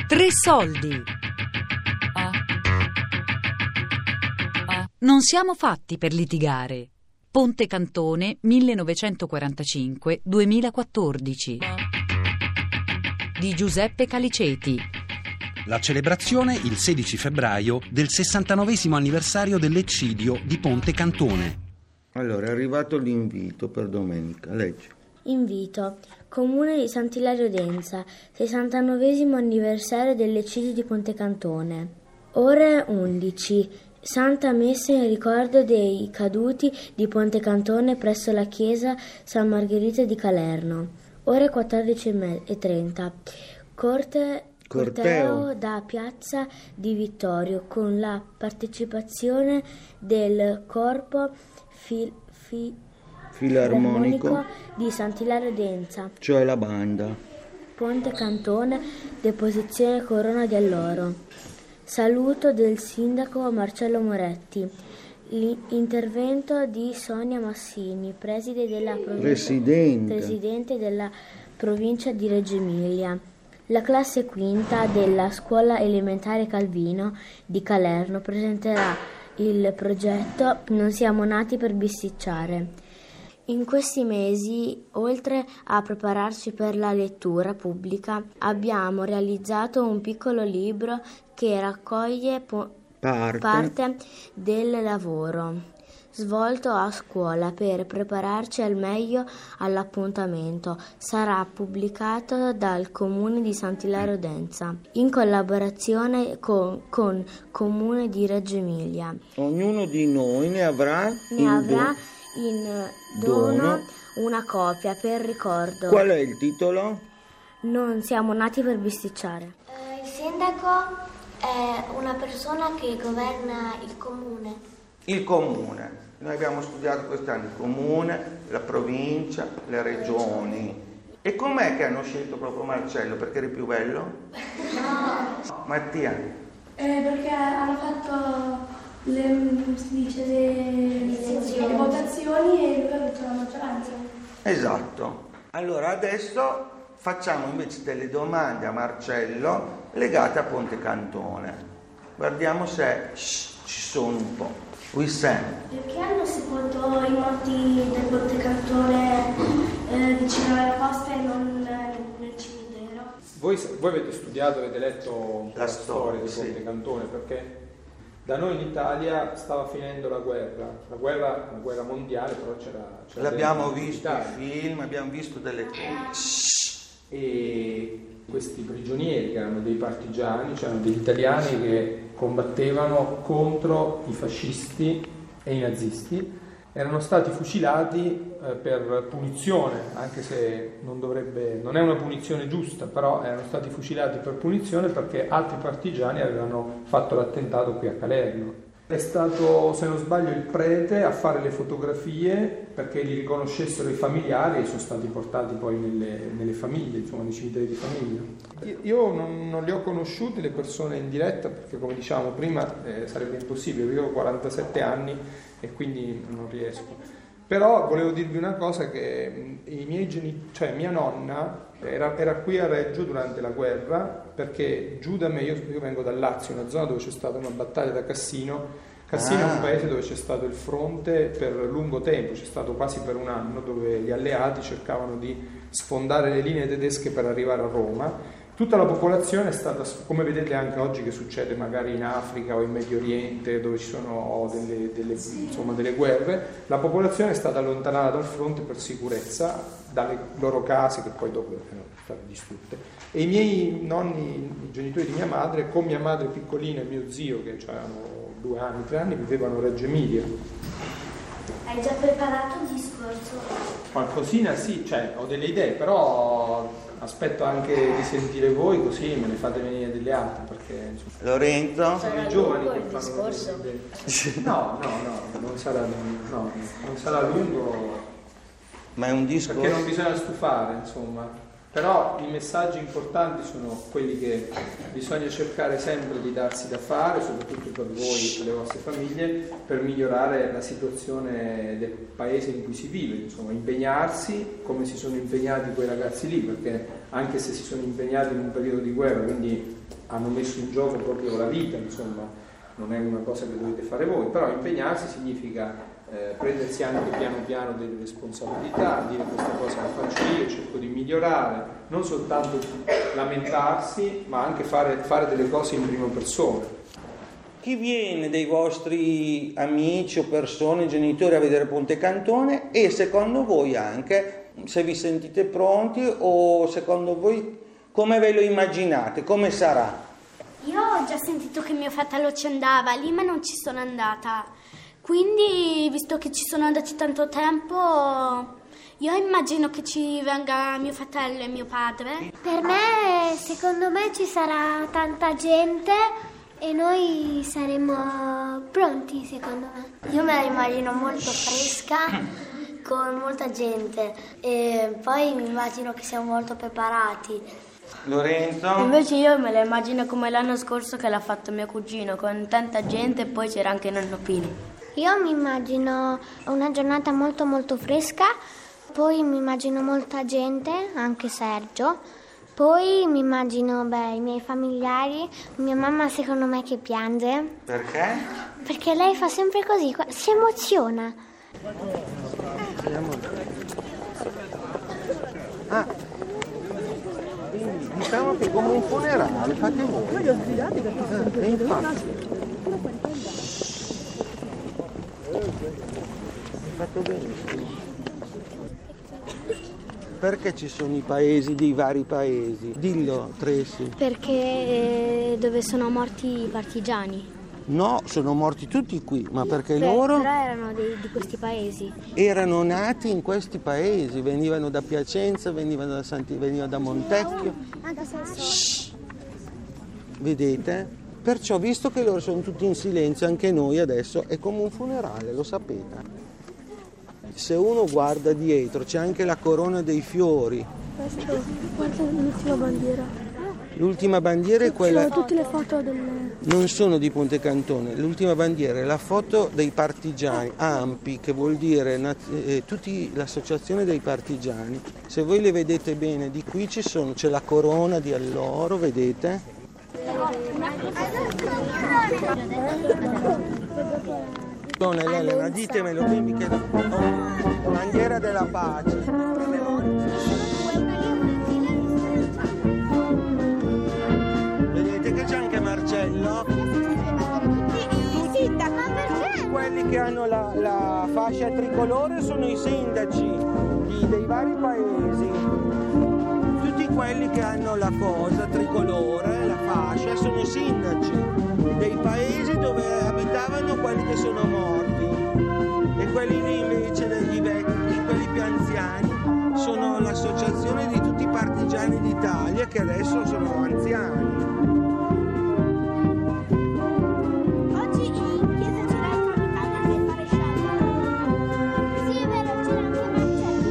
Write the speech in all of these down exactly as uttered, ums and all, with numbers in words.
Tre soldi. Non siamo fatti per litigare. Ponte Cantone millenovecentoquarantacinque duemilaquattordici di Giuseppe Caliceti. La celebrazione il sedici febbraio del sessantanovesimo anniversario dell'eccidio di Ponte Cantone. Allora, è arrivato l'invito per domenica, leggi. Invito. Comune di Sant'Ilario d'Enza, sessantanovesimo anniversario dell'eccidio di Ponte Cantone. Ore undici. Santa Messa in ricordo dei caduti di Ponte Cantone presso la chiesa San Margherita di Calerno. Ore quattordici e trenta. Corte Corteo da Piazza di Vittorio con la partecipazione del Corpo fil, fi, Filarmonico di Sant'Ilario d'Enza, cioè la banda. Ponte Cantone, deposizione corona di alloro. Saluto del sindaco Marcello Moretti. L'intervento di Sonia Massini, preside della provincia, Presidente. presidente della provincia di Reggio Emilia. La classe quinta della scuola elementare Calvino di Calerno presenterà il progetto Non siamo nati per bisticciare. In questi mesi, oltre a prepararci per la lettura pubblica, abbiamo realizzato un piccolo libro che raccoglie po- Parte. parte del lavoro svolto a scuola per prepararci al meglio all'appuntamento. Sarà pubblicato dal Comune di Sant'Ilario d'Enza in collaborazione con, con Comune di Reggio Emilia. Ognuno di noi ne avrà Ne in avrà do- in dono, dono una copia per ricordo. Qual è il titolo? Non siamo nati per bisticciare. Eh, il sindaco è una persona che governa il comune. Il comune. Noi abbiamo studiato quest'anno il comune, la provincia, le regioni. E com'è che hanno scelto proprio Marcello? Perché eri più bello? No. Mattia? Eh, perché hanno fatto le, come si dice, le, le votazioni e lui ha avuto la maggioranza. Esatto. Allora adesso facciamo invece delle domande a Marcello legate a Ponte Cantone. Guardiamo se shh, ci sono un po'. Wissem. Perché hanno sepolto i morti del Ponte Cantone eh, vicino alla costa e non nel cimitero? Voi, voi avete studiato, avete letto La la storia, storia di sì. Ponte Cantone, perché da noi in Italia stava finendo la guerra, la guerra, la guerra mondiale, però c'era... c'era L'abbiamo dentro visto i l'Italia. film, abbiamo visto delle cose. E questi prigionieri che erano dei partigiani, c'erano degli italiani che combattevano contro i fascisti e i nazisti, erano stati fucilati eh, per punizione, anche se non dovrebbe, non è una punizione giusta, però erano stati fucilati per punizione perché altri partigiani avevano fatto l'attentato qui a Calerno. È stato, se non sbaglio, il prete a fare le fotografie perché li riconoscessero i familiari e sono stati portati poi nelle, nelle famiglie, insomma, nei cimiteri di famiglia. Io, io non, non le ho conosciute le persone in diretta perché, come dicevamo prima, eh, sarebbe impossibile. Io ho quarantasette anni e quindi non riesco. Però volevo dirvi una cosa, che i miei genitori, cioè mia nonna era, era qui a Reggio durante la guerra, perché giù da me, io, io vengo dal Lazio, una zona dove c'è stata una battaglia da Cassino. Cassino Ah. è un paese dove c'è stato il fronte per lungo tempo, c'è stato quasi per un anno, dove gli alleati cercavano di sfondare le linee tedesche per arrivare a Roma. Tutta la popolazione è stata, come vedete anche oggi che succede magari in Africa o in Medio Oriente, dove ci sono delle, delle, insomma, delle guerre, la popolazione è stata allontanata dal fronte per sicurezza, dalle loro case che poi dopo erano state distrutte. E i miei nonni, i genitori di mia madre, con mia madre piccolina e mio zio, che avevano due anni, tre anni, vivevano a Reggio Emilia. Hai già preparato il discorso? Qualcosina sì, cioè ho delle idee, però aspetto anche di sentire voi, così me ne fate venire delle altre, perché insomma, Lorenzo? sono i giovani che il fanno discorso? delle idee. No, no, no, non sarà, no, non sarà lungo, Ma è un discorso? perché non bisogna stufare, insomma. Però i messaggi importanti sono quelli che bisogna cercare sempre di darsi da fare, soprattutto per voi e per le vostre famiglie, per migliorare la situazione del paese in cui si vive, insomma, impegnarsi come si sono impegnati quei ragazzi lì, perché anche se si sono impegnati in un periodo di guerra, quindi hanno messo in gioco proprio la vita, insomma, non è una cosa che dovete fare voi, però impegnarsi significa eh, prendersi anche piano piano delle responsabilità, dire questa cosa la faccio io, cerco di migliorare, non soltanto lamentarsi, ma anche fare, fare delle cose in prima persona. Chi viene dei vostri amici o persone, genitori, a vedere Ponte Cantone, e secondo voi anche, se vi sentite pronti, o secondo voi come ve lo immaginate, come sarà? Io ho già sentito che mio fratello ci andava lì, ma non ci sono andata. Quindi, visto che ci sono andati tanto tempo, io immagino che ci venga mio fratello e mio padre. Per me, secondo me, ci sarà tanta gente e noi saremo pronti, secondo me. Io me la immagino molto fresca, con molta gente, e poi mi immagino che siamo molto preparati. Lorenzo? Invece io me la immagino come l'anno scorso che l'ha fatto mio cugino, con tanta gente, e poi c'era anche nonno Pino. Io mi immagino una giornata molto molto fresca, poi mi immagino molta gente, anche Sergio. Poi mi immagino, beh, i miei familiari, mia mamma secondo me che piange. Perché? Perché lei fa sempre così, si emoziona. Ah, quindi diciamo che come un funerale fate voi. Io li ho sgridati perché sono infatti. Fatto benissimo. Perché ci sono i paesi dei vari paesi? Dillo, Tracy. Perché eh, dove sono morti i partigiani. No, sono morti tutti qui, ma perché Beh, loro però erano dei, di questi paesi. erano nati in questi paesi, venivano da Piacenza, venivano da, Santi, venivano da Montecchio. Shhh. Vedete? Perciò, visto che loro sono tutti in silenzio, anche noi adesso è come un funerale, lo sapete. Se uno guarda dietro c'è anche la corona dei fiori. Questo, guarda l'ultima bandiera. L'ultima bandiera è quella... Sono tutte le foto delle... Non sono di Ponte Cantone, l'ultima bandiera è la foto dei partigiani, A M P I, che vuol dire eh, tutti, l'associazione dei partigiani. Se voi le vedete bene, di qui ci sono, c'è la corona di alloro, vedete? Donna Elena, ditemelo, quindi che oh, bandiera della pace. Vedete che c'è anche Marcello? Tutti, tutti quelli che hanno la, la fascia tricolore sono i sindaci di, dei vari paesi. Tutti quelli che hanno la cosa tricolore, la fascia, sono i sindaci dei paesi dove abitavano quelli che sono morti, e quelli lì invece degli vecchi, quelli più anziani, sono l'associazione di tutti i partigiani d'Italia che adesso sono anziani. Oggi in chiesa c'era il capitano del maresciallo. Sì, è vero, c'era anche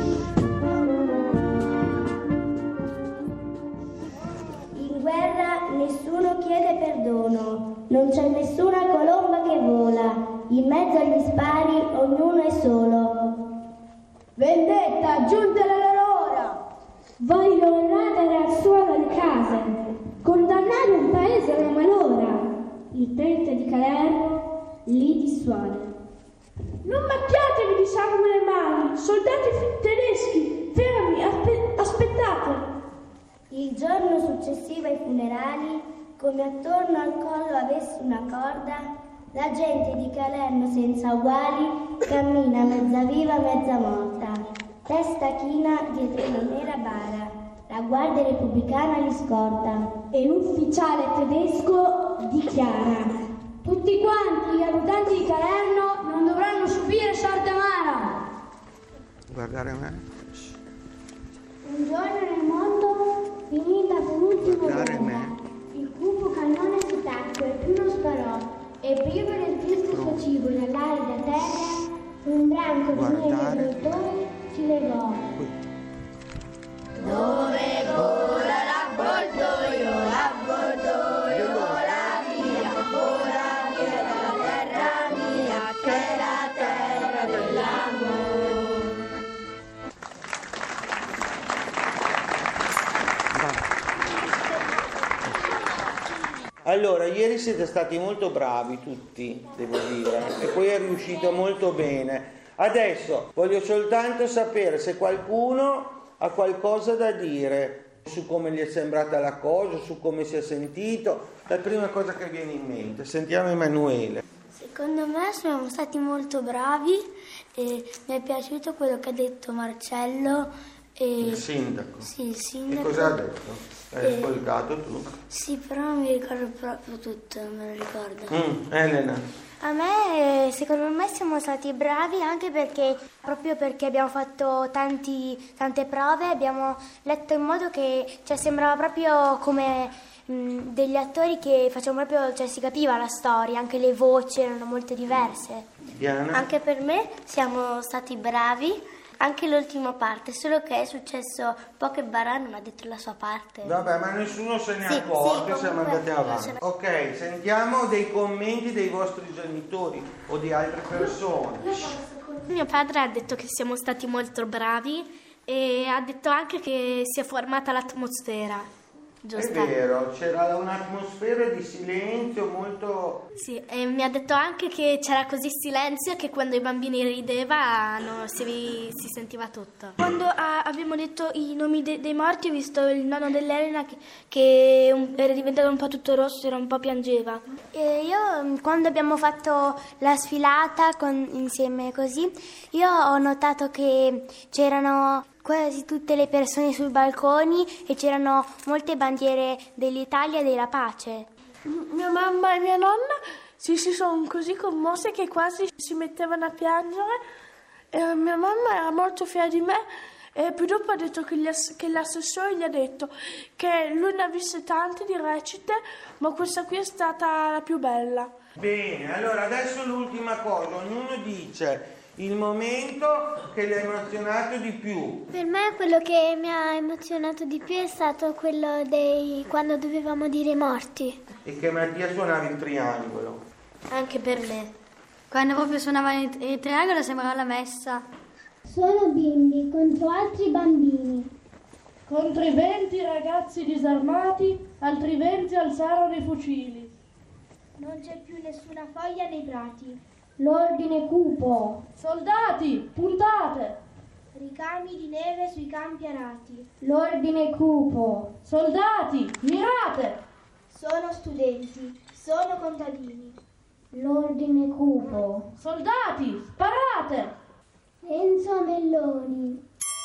Marcello. In guerra nessuno chiede perdono. Non c'è nessuna colomba che vola, in mezzo agli spari ognuno è solo. Vendetta, giunta la loro ora! Vogliono radere al suolo le case, condannare un paese alla malora. Il trenta di Calerno li dissuade. Non macchiatevi di sangue le mani, soldati tedeschi, fermi, aspe- aspettate! Il giorno successivo ai funerali, come attorno al collo avesse una corda, la gente di Calerno senza uguali cammina mezza viva, mezza morta, testa china dietro una nera bara. La guardia repubblicana li scorta e l'ufficiale tedesco dichiara: Tutti quanti gli abitanti di Calerno non dovranno subire sorte amara. Guardare a me. Un giorno nel mondo finì la penultima guerra. Il cupo cannone si tacque, più non sparò, e privo del più stesso cibo nell'arida terra, un branco di neve voltore ci legò. Dove vola l'avvoltoio, l'avvoltoio vola via, vola via dalla terra mia, che è la terra dell'amore. Allora, ieri siete stati molto bravi tutti, devo dire, e poi è riuscito molto bene. Adesso voglio soltanto sapere se qualcuno ha qualcosa da dire su come gli è sembrata la cosa, su come si è sentito, la prima cosa che viene in mente. Sentiamo Emanuele. Secondo me siamo stati molto bravi e mi è piaciuto quello che ha detto Marcello. E... Il sindaco? Sì, il sindaco. E cosa ha detto? L'hai e... ascoltato tu? Sì, però non mi ricordo proprio tutto, non me lo ricordo. Mm, Elena? A me, secondo me siamo stati bravi anche perché, proprio perché abbiamo fatto tanti, tante prove, abbiamo letto in modo che cioè, sembrava proprio come mh, degli attori che facevano proprio, cioè si capiva la storia, anche le voci erano molto diverse. Diana? Anche per me siamo stati bravi. Anche l'ultima parte, solo che è successo poco e Barà non ha detto la sua parte. Vabbè, ma nessuno se ne sì, accorge, sì, siamo andati avanti. Ne... Ok, sentiamo dei commenti dei vostri genitori o di altre persone. Mio padre ha detto che siamo stati molto bravi e ha detto anche che si è formata l'atmosfera. Giusto. È vero, c'era un'atmosfera di silenzio molto... Sì, e mi ha detto anche che c'era così silenzio che quando i bambini ridevano si, si sentiva tutto. Quando ah, abbiamo detto i nomi de- dei morti, ho visto il nonno dell'Elena che, che un, era diventato un po' tutto rosso, era un po' piangeva. E io quando abbiamo fatto la sfilata con, insieme così, io ho notato che c'erano... quasi tutte le persone sui balconi e c'erano molte bandiere dell'Italia e della pace. Mia mamma e mia nonna si, si sono così commosse che quasi si mettevano a piangere. E mia mamma era molto fiera di me e poi dopo ha detto che, gli ass- che l'assessore gli ha detto che lui ne ha viste tante di recite, ma questa qui è stata la più bella. Bene, allora adesso l'ultima cosa, ognuno dice... il momento che l'ha emozionato di più. Per me quello che mi ha emozionato di più è stato quello dei quando dovevamo dire morti. E che Mattia suonava il triangolo. Anche per me. Quando proprio suonava il triangolo sembrava la messa. Sono bimbi contro altri bambini. Contro i venti ragazzi disarmati, altri venti alzarono i fucili. Non c'è più nessuna foglia nei prati. L'ordine cupo. Soldati, puntate. Ricami di neve sui campi arati. L'ordine cupo. Soldati, mirate. Sono studenti, sono contadini. L'ordine cupo. Soldati, sparate. Enzo Melloni.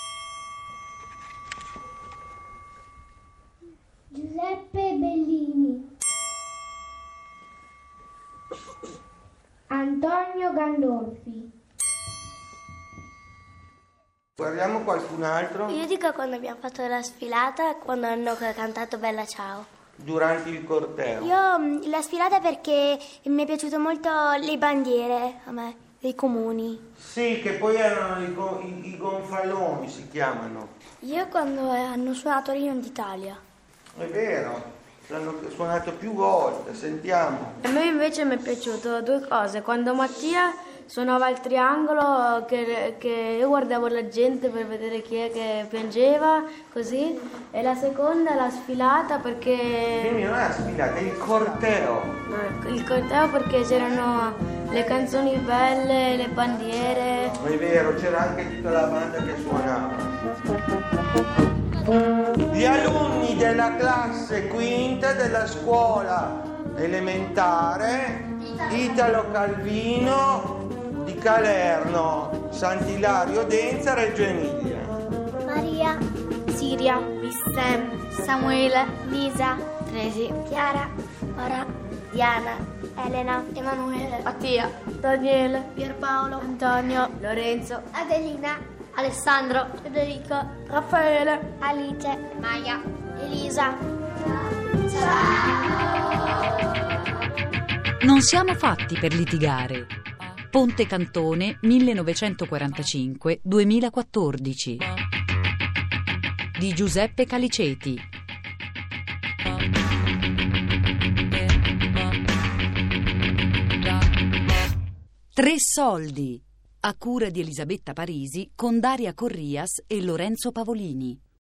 Giuseppe Bellini. Antonio Gandolfi. Guardiamo qualcun altro? Io dico quando abbiamo fatto la sfilata, quando hanno cantato Bella Ciao. Durante il corteo. Io la sfilata perché mi è piaciuto molto le bandiere a me, dei comuni. Sì, che poi erano i, go- i, i gonfaloni, si chiamano. Io quando hanno suonato l'Inno d'Italia. È vero. L'hanno suonato più volte, sentiamo. A me invece mi è piaciuto due cose. Quando Mattia suonava il triangolo, che, che io guardavo la gente per vedere chi è che piangeva, così. E la seconda, la sfilata, perché... Quindi non è la sfilata, è il corteo. No, il corteo perché c'erano le canzoni belle, le bandiere. È vero, c'era anche tutta la banda che suonava. Gli alunni della classe quinta della scuola elementare Italo Calvino di Calerno, Sant'Ilario Denza, Reggio Emilia. Maria, Siria, Vissem, Samuele, Lisa, Tresi, Chiara, Ora, Diana, Elena, Emanuele, Mattia, Daniele, Pierpaolo, Antonio, Lorenzo, Adelina, Alessandro, Federico, Raffaele, Alice, Maya, Elisa. Non siamo fatti per litigare. Ponte Cantone millenovecentoquarantacinque duemilaquattordici di Giuseppe Caliceti. Tre soldi, a cura di Elisabetta Parisi con Daria Corrias e Lorenzo Pavolini.